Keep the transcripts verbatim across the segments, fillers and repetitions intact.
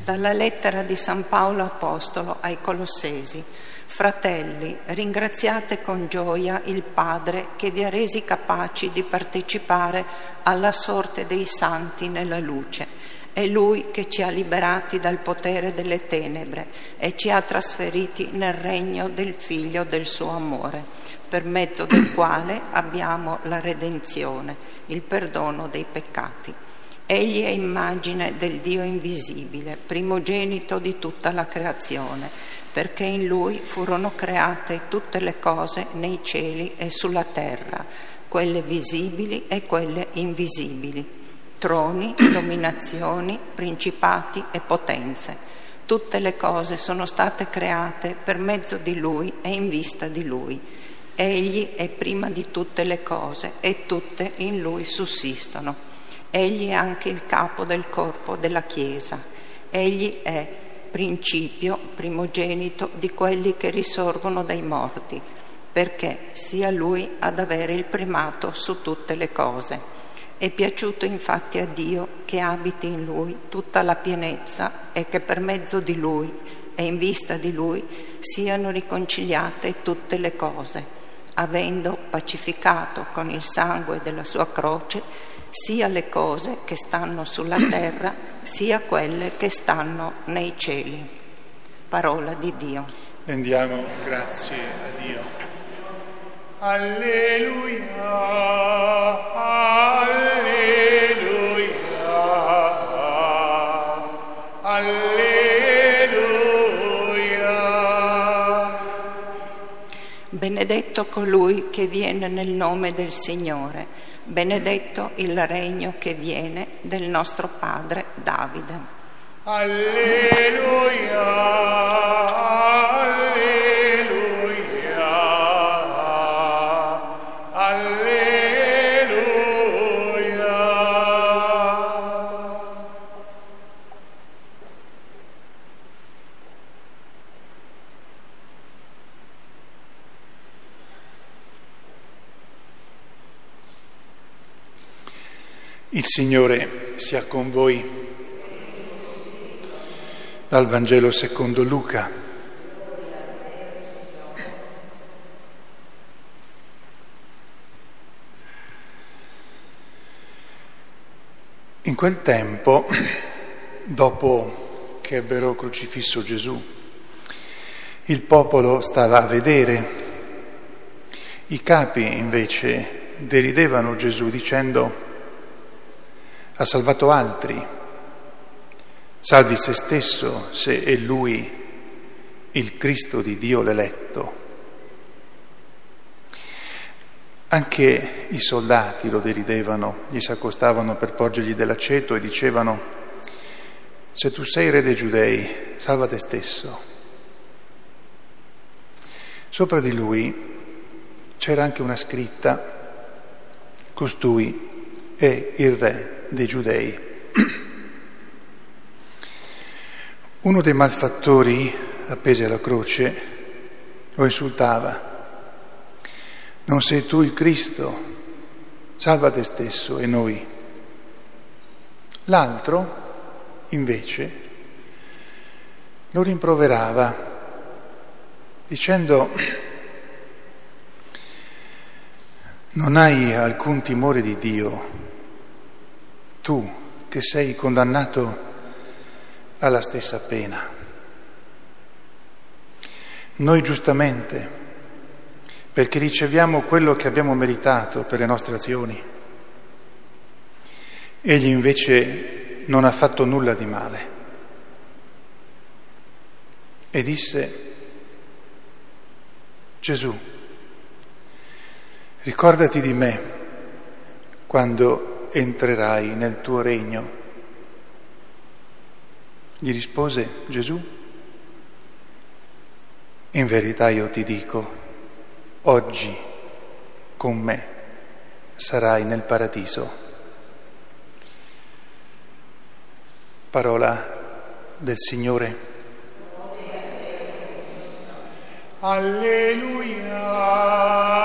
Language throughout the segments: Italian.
Dalla lettera di San Paolo Apostolo ai Colossesi. Fratelli, ringraziate con gioia il Padre che vi ha resi capaci di partecipare alla sorte dei santi nella luce. È Lui che ci ha liberati dal potere delle tenebre e ci ha trasferiti nel regno del Figlio del suo amore, per mezzo del quale abbiamo la redenzione, il perdono dei peccati. Egli è immagine del Dio invisibile, primogenito di tutta la creazione, perché in Lui furono create tutte le cose nei cieli e sulla terra, quelle visibili e quelle invisibili, troni, dominazioni, principati e potenze. Tutte le cose sono state create per mezzo di Lui e in vista di Lui. Egli è prima di tutte le cose e tutte in Lui sussistono. Egli è anche il capo del corpo della Chiesa. Egli è principio, primogenito di quelli che risorgono dai morti, perché sia Lui ad avere il primato su tutte le cose. È piaciuto infatti a Dio che abiti in Lui tutta la pienezza e che per mezzo di Lui e in vista di Lui siano riconciliate tutte le cose, avendo pacificato con il sangue della sua croce sia le cose che stanno sulla terra, sia quelle che stanno nei cieli. Parola di Dio. Rendiamo grazie a Dio. Alleluia, alleluia, alleluia. Benedetto colui che viene nel nome del Signore. Benedetto il regno che viene del nostro padre Davide. Alleluia, alleluia, alleluia. Il Signore sia con voi. Dal Vangelo secondo Luca. In quel tempo, dopo che ebbero crocifisso Gesù, il popolo stava a vedere. I capi invece deridevano Gesù dicendo: ha salvato altri, salvi se stesso se è Lui il Cristo di Dio l'eletto. Anche i soldati lo deridevano, gli si accostavano per porgergli dell'aceto e dicevano: se tu sei re dei Giudei, salva te stesso. Sopra di lui c'era anche una scritta: costui è il re dei Giudei. Uno dei malfattori appesi alla croce lo insultava: non sei tu il Cristo? Salva te stesso e noi. L'altro invece lo rimproverava dicendo: non hai alcun timore di Dio, tu che sei condannato alla stessa pena. Noi giustamente, perché riceviamo quello che abbiamo meritato per le nostre azioni. Egli invece non ha fatto nulla di male. E disse: Gesù, ricordati di me quando entrerai nel tuo regno. Gli rispose Gesù: in verità io ti dico, oggi con me sarai nel paradiso. Parola del Signore. Alleluia.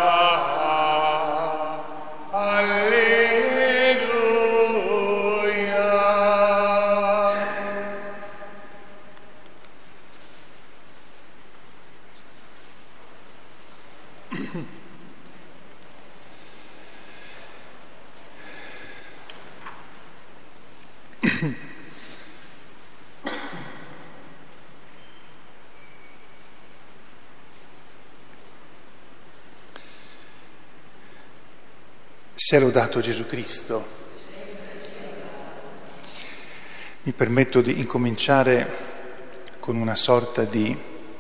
Alleluia. Sia lodato Gesù Cristo. Mi permetto di incominciare con una sorta di,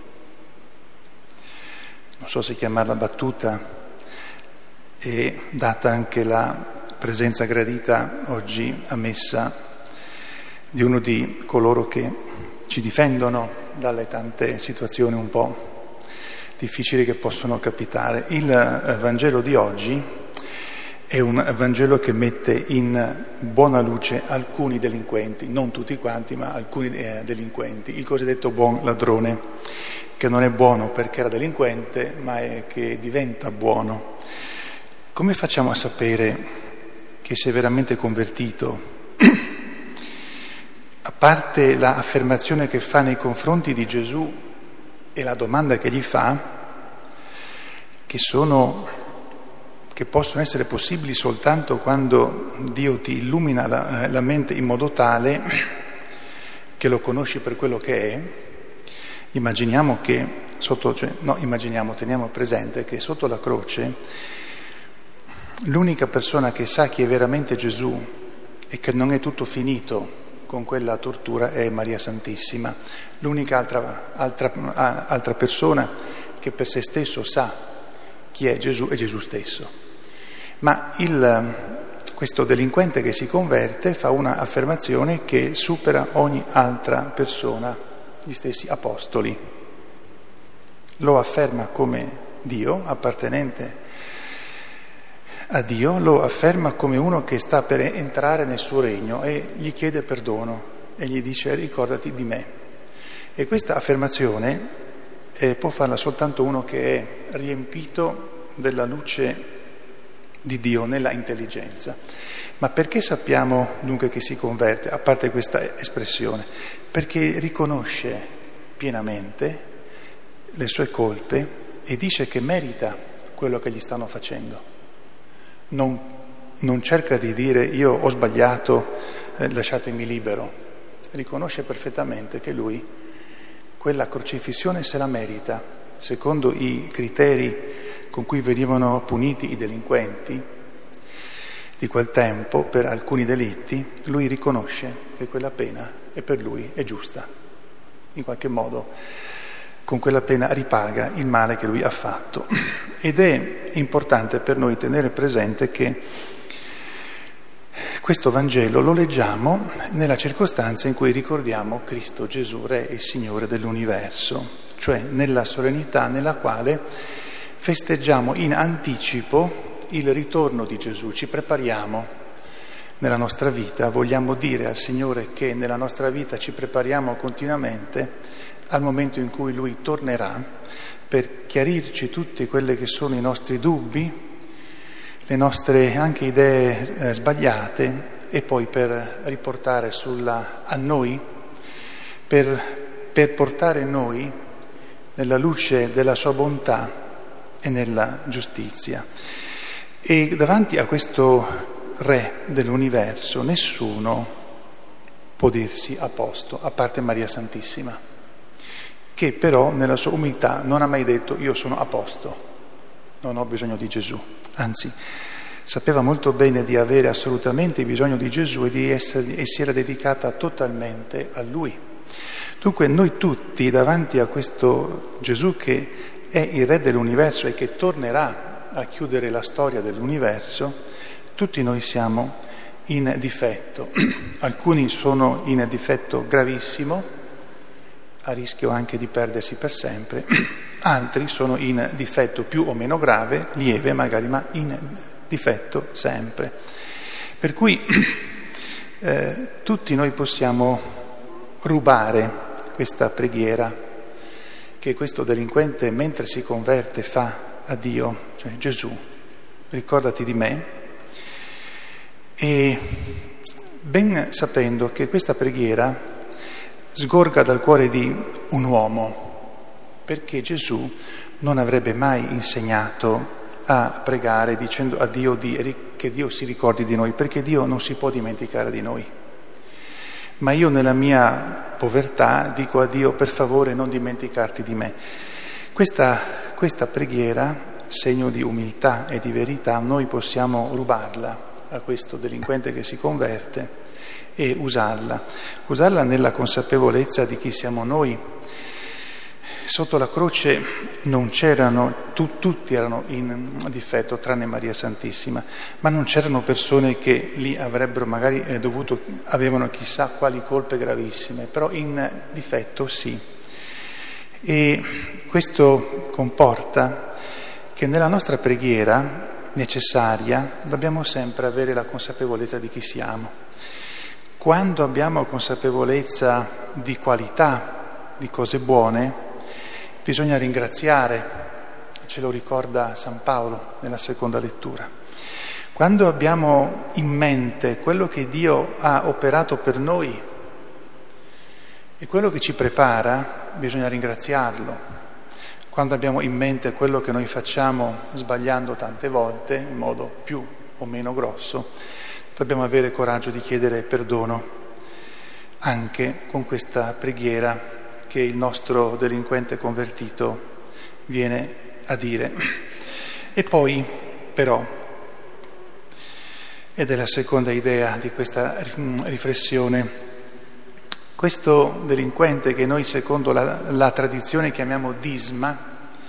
non so se chiamarla battuta, e data anche la presenza gradita oggi a messa di uno di coloro che ci difendono dalle tante situazioni un po' difficili che possono capitare. Il Vangelo di oggi è un Vangelo che mette in buona luce alcuni delinquenti, non tutti quanti, ma alcuni eh, delinquenti, il cosiddetto buon ladrone, che non è buono perché era delinquente, ma è che diventa buono. Come facciamo a sapere che si è veramente convertito? A parte l'affermazione che fa nei confronti di Gesù e la domanda che gli fa, che sono... che possono essere possibili soltanto quando Dio ti illumina la, la mente in modo tale che lo conosci per quello che è. Immaginiamo che sotto, cioè, no, immaginiamo, teniamo presente che sotto la croce l'unica persona che sa chi è veramente Gesù e che non è tutto finito con quella tortura è Maria Santissima, l'unica altra, altra, altra persona che per se stesso sa chi è Gesù è Gesù stesso. Ma il, questo delinquente che si converte fa una affermazione che supera ogni altra persona, gli stessi apostoli. Lo afferma come Dio, appartenente a Dio, lo afferma come uno che sta per entrare nel suo regno e gli chiede perdono e gli dice ricordati di me. E questa affermazione eh, può farla soltanto uno che è riempito della luce di Dio nella intelligenza. Ma perché sappiamo dunque che si converte, a parte questa espressione? Perché riconosce pienamente le sue colpe e dice che merita quello che gli stanno facendo. Non, non cerca di dire io ho sbagliato, eh, lasciatemi libero. Riconosce perfettamente che lui quella crocifissione se la merita, secondo i criteri con cui venivano puniti i delinquenti di quel tempo per alcuni delitti. Lui riconosce che quella pena è per lui è giusta, in qualche modo con quella pena ripaga il male che lui ha fatto. Ed è importante per noi tenere presente che questo Vangelo lo leggiamo nella circostanza in cui ricordiamo Cristo Gesù, Re e Signore dell'universo, cioè nella solennità nella quale festeggiamo in anticipo il ritorno di Gesù, ci prepariamo nella nostra vita, vogliamo dire al Signore che nella nostra vita ci prepariamo continuamente al momento in cui Lui tornerà per chiarirci tutte quelle che sono i nostri dubbi, le nostre anche idee eh, sbagliate e poi per riportare sulla, a noi, per, per portare noi nella luce della Sua bontà e nella giustizia. E davanti a questo Re dell'universo nessuno può dirsi a posto, a parte Maria Santissima, che però nella sua umiltà non ha mai detto io sono a posto, non ho bisogno di Gesù, anzi sapeva molto bene di avere assolutamente bisogno di Gesù e, di essere, e si era dedicata totalmente a Lui. Dunque noi tutti davanti a questo Gesù che è il Re dell'universo e che tornerà a chiudere la storia dell'universo, tutti noi siamo in difetto. Alcuni sono in difetto gravissimo, a rischio anche di perdersi per sempre, altri sono in difetto più o meno grave, lieve magari, ma in difetto sempre. Per cui eh, tutti noi possiamo rubare questa preghiera che questo delinquente mentre si converte fa a Dio, cioè Gesù, ricordati di me, e ben sapendo che questa preghiera sgorga dal cuore di un uomo, perché Gesù non avrebbe mai insegnato a pregare dicendo a Dio di, che Dio si ricordi di noi, perché Dio non si può dimenticare di noi. ma io nella mia povertà dico a Dio: per favore non dimenticarti di me. Questa, questa preghiera, segno di umiltà e di verità, noi possiamo rubarla a questo delinquente che si converte e usarla, usarla nella consapevolezza di chi siamo noi. Sotto la croce non c'erano, tu, tutti erano in difetto, tranne Maria Santissima, ma non c'erano persone che lì avrebbero magari eh, dovuto, avevano chissà quali colpe gravissime, però in difetto sì. E questo comporta che nella nostra preghiera necessaria dobbiamo sempre avere la consapevolezza di chi siamo. Quando abbiamo consapevolezza di qualità, di cose buone, bisogna ringraziare, ce lo ricorda San Paolo nella seconda lettura. Quando abbiamo in mente quello che Dio ha operato per noi e quello che ci prepara, bisogna ringraziarlo. Quando abbiamo in mente quello che noi facciamo sbagliando tante volte, in modo più o meno grosso, dobbiamo avere coraggio di chiedere perdono, anche con questa preghiera che il nostro delinquente convertito viene a dire. E poi, però, ed è la seconda idea di questa riflessione, questo delinquente che noi secondo la, la tradizione chiamiamo disma,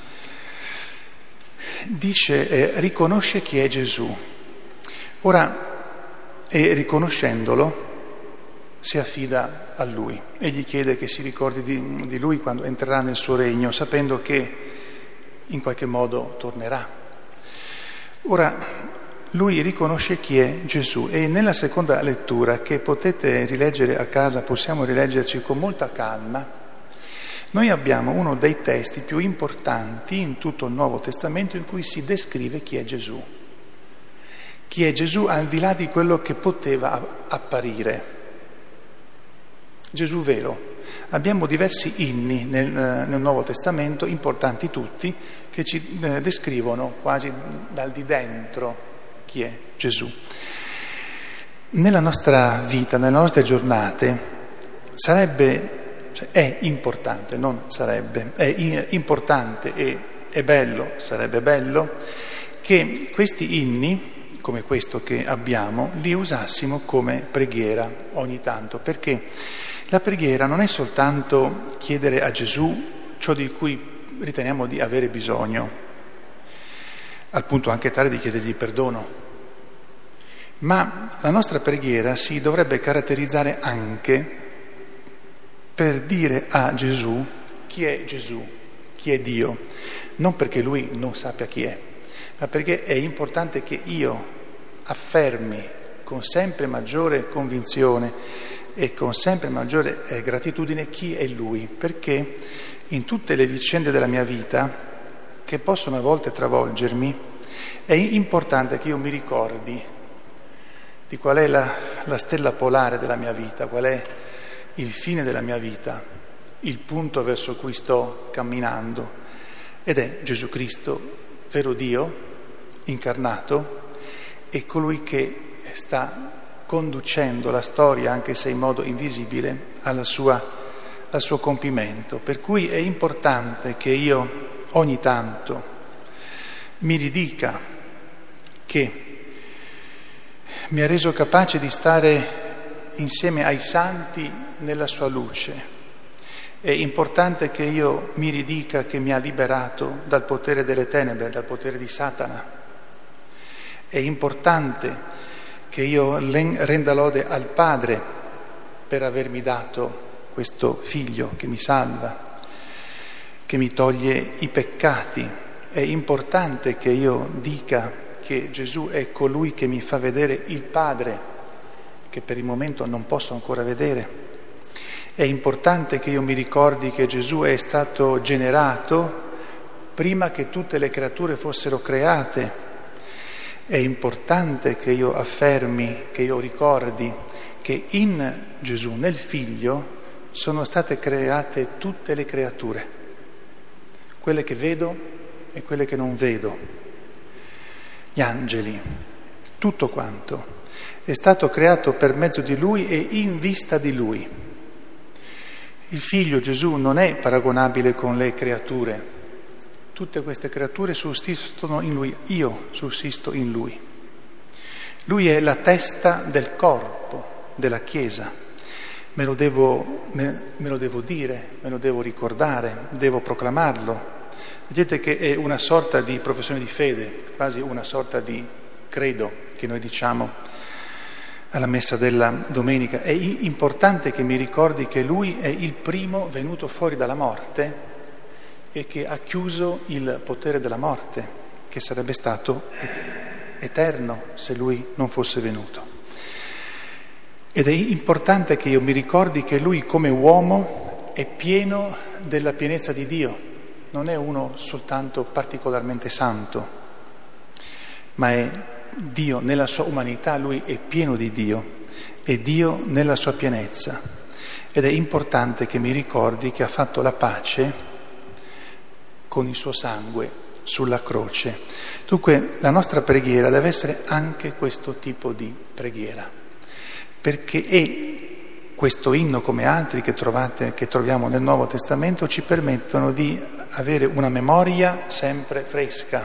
dice, eh, riconosce chi è Gesù. Ora, e riconoscendolo, si affida a Lui e gli chiede che si ricordi di, di Lui quando entrerà nel suo regno, sapendo che in qualche modo tornerà. Ora, lui riconosce chi è Gesù e nella seconda lettura, che potete rileggere a casa, possiamo rileggerci con molta calma, noi abbiamo uno dei testi più importanti in tutto il Nuovo Testamento in cui si descrive chi è Gesù. Chi è Gesù al di là di quello che poteva apparire. Gesù vero. Abbiamo diversi inni nel, nel Nuovo Testamento, importanti tutti, che ci eh, descrivono quasi dal di dentro chi è Gesù. Nella nostra vita, nelle nostre giornate, sarebbe, cioè è importante, non sarebbe, è importante e è bello, sarebbe bello, che questi inni, come questo che abbiamo, li usassimo come preghiera ogni tanto, perché la preghiera non è soltanto chiedere a Gesù ciò di cui riteniamo di avere bisogno, al punto anche tale di chiedergli perdono, ma la nostra preghiera si dovrebbe caratterizzare anche per dire a Gesù chi è Gesù, chi è Dio, non perché Lui non sappia chi è, ma perché è importante che io affermi con sempre maggiore convinzione e con sempre maggiore eh, gratitudine chi è Lui, perché in tutte le vicende della mia vita, che possono a volte travolgermi, è importante che io mi ricordi di qual è la, la stella polare della mia vita, qual è il fine della mia vita, il punto verso cui sto camminando, ed è Gesù Cristo, vero Dio, incarnato, e colui che sta conducendo la storia, anche se in modo invisibile, alla sua, al suo compimento. Per cui è importante che io ogni tanto mi ridica che mi ha reso capace di stare insieme ai santi nella sua luce. È importante che io mi ridica che mi ha liberato dal potere delle tenebre, dal potere di Satana. È importante che io renda lode al Padre per avermi dato questo figlio che mi salva, che mi toglie i peccati. È importante che io dica che Gesù è colui che mi fa vedere il Padre, che per il momento non posso ancora vedere. È importante che io mi ricordi che Gesù è stato generato prima che tutte le creature fossero create. È importante che io affermi, che io ricordi che in Gesù, nel Figlio, sono state create tutte le creature, quelle che vedo e quelle che non vedo, gli angeli, tutto quanto. è stato creato per mezzo di Lui e in vista di Lui. Il Figlio Gesù non è paragonabile con le creature. Tutte queste creature sussistono in Lui, io sussisto in Lui. Lui è la testa del corpo, della Chiesa. Me lo devo, me, me lo devo dire, me lo devo ricordare, devo proclamarlo. Vedete che è una sorta di professione di fede, quasi una sorta di credo che noi diciamo alla messa della domenica. È importante che mi ricordi che Lui è il primo venuto fuori dalla morte e che ha chiuso il potere della morte, che sarebbe stato eterno se Lui non fosse venuto. Ed è importante che io mi ricordi che Lui come uomo è pieno della pienezza di Dio, non è uno soltanto particolarmente santo, ma è Dio nella sua umanità, Lui è pieno di Dio, è Dio nella sua pienezza. Ed è importante che mi ricordi che ha fatto la pace con il suo sangue sulla croce. Dunque la nostra preghiera deve essere anche questo tipo di preghiera, perché è questo inno, come altri che trovate, che troviamo nel Nuovo Testamento, ci permettono di avere una memoria sempre fresca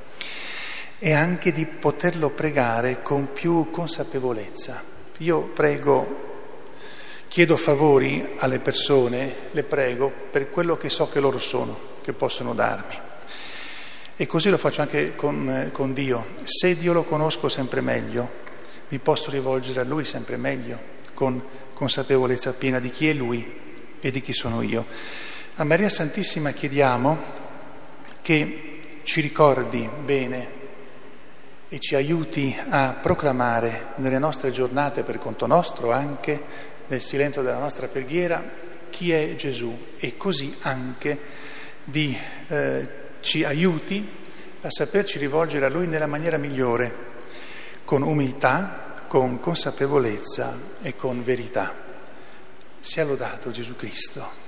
e anche di poterlo pregare con più consapevolezza. Io prego, chiedo favori alle persone, le prego per quello che so che loro sono, che possono darmi. E così lo faccio anche con, con Dio. Se Dio lo conosco sempre meglio, mi posso rivolgere a Lui sempre meglio, con consapevolezza piena di chi è Lui e di chi sono io. A Maria Santissima chiediamo che ci ricordi bene e ci aiuti a proclamare nelle nostre giornate, per conto nostro, anche nel silenzio della nostra preghiera, chi è Gesù, e così anche di eh, ci aiuti a saperci rivolgere a Lui nella maniera migliore, con umiltà, con consapevolezza e con verità. Sia lodato Gesù Cristo.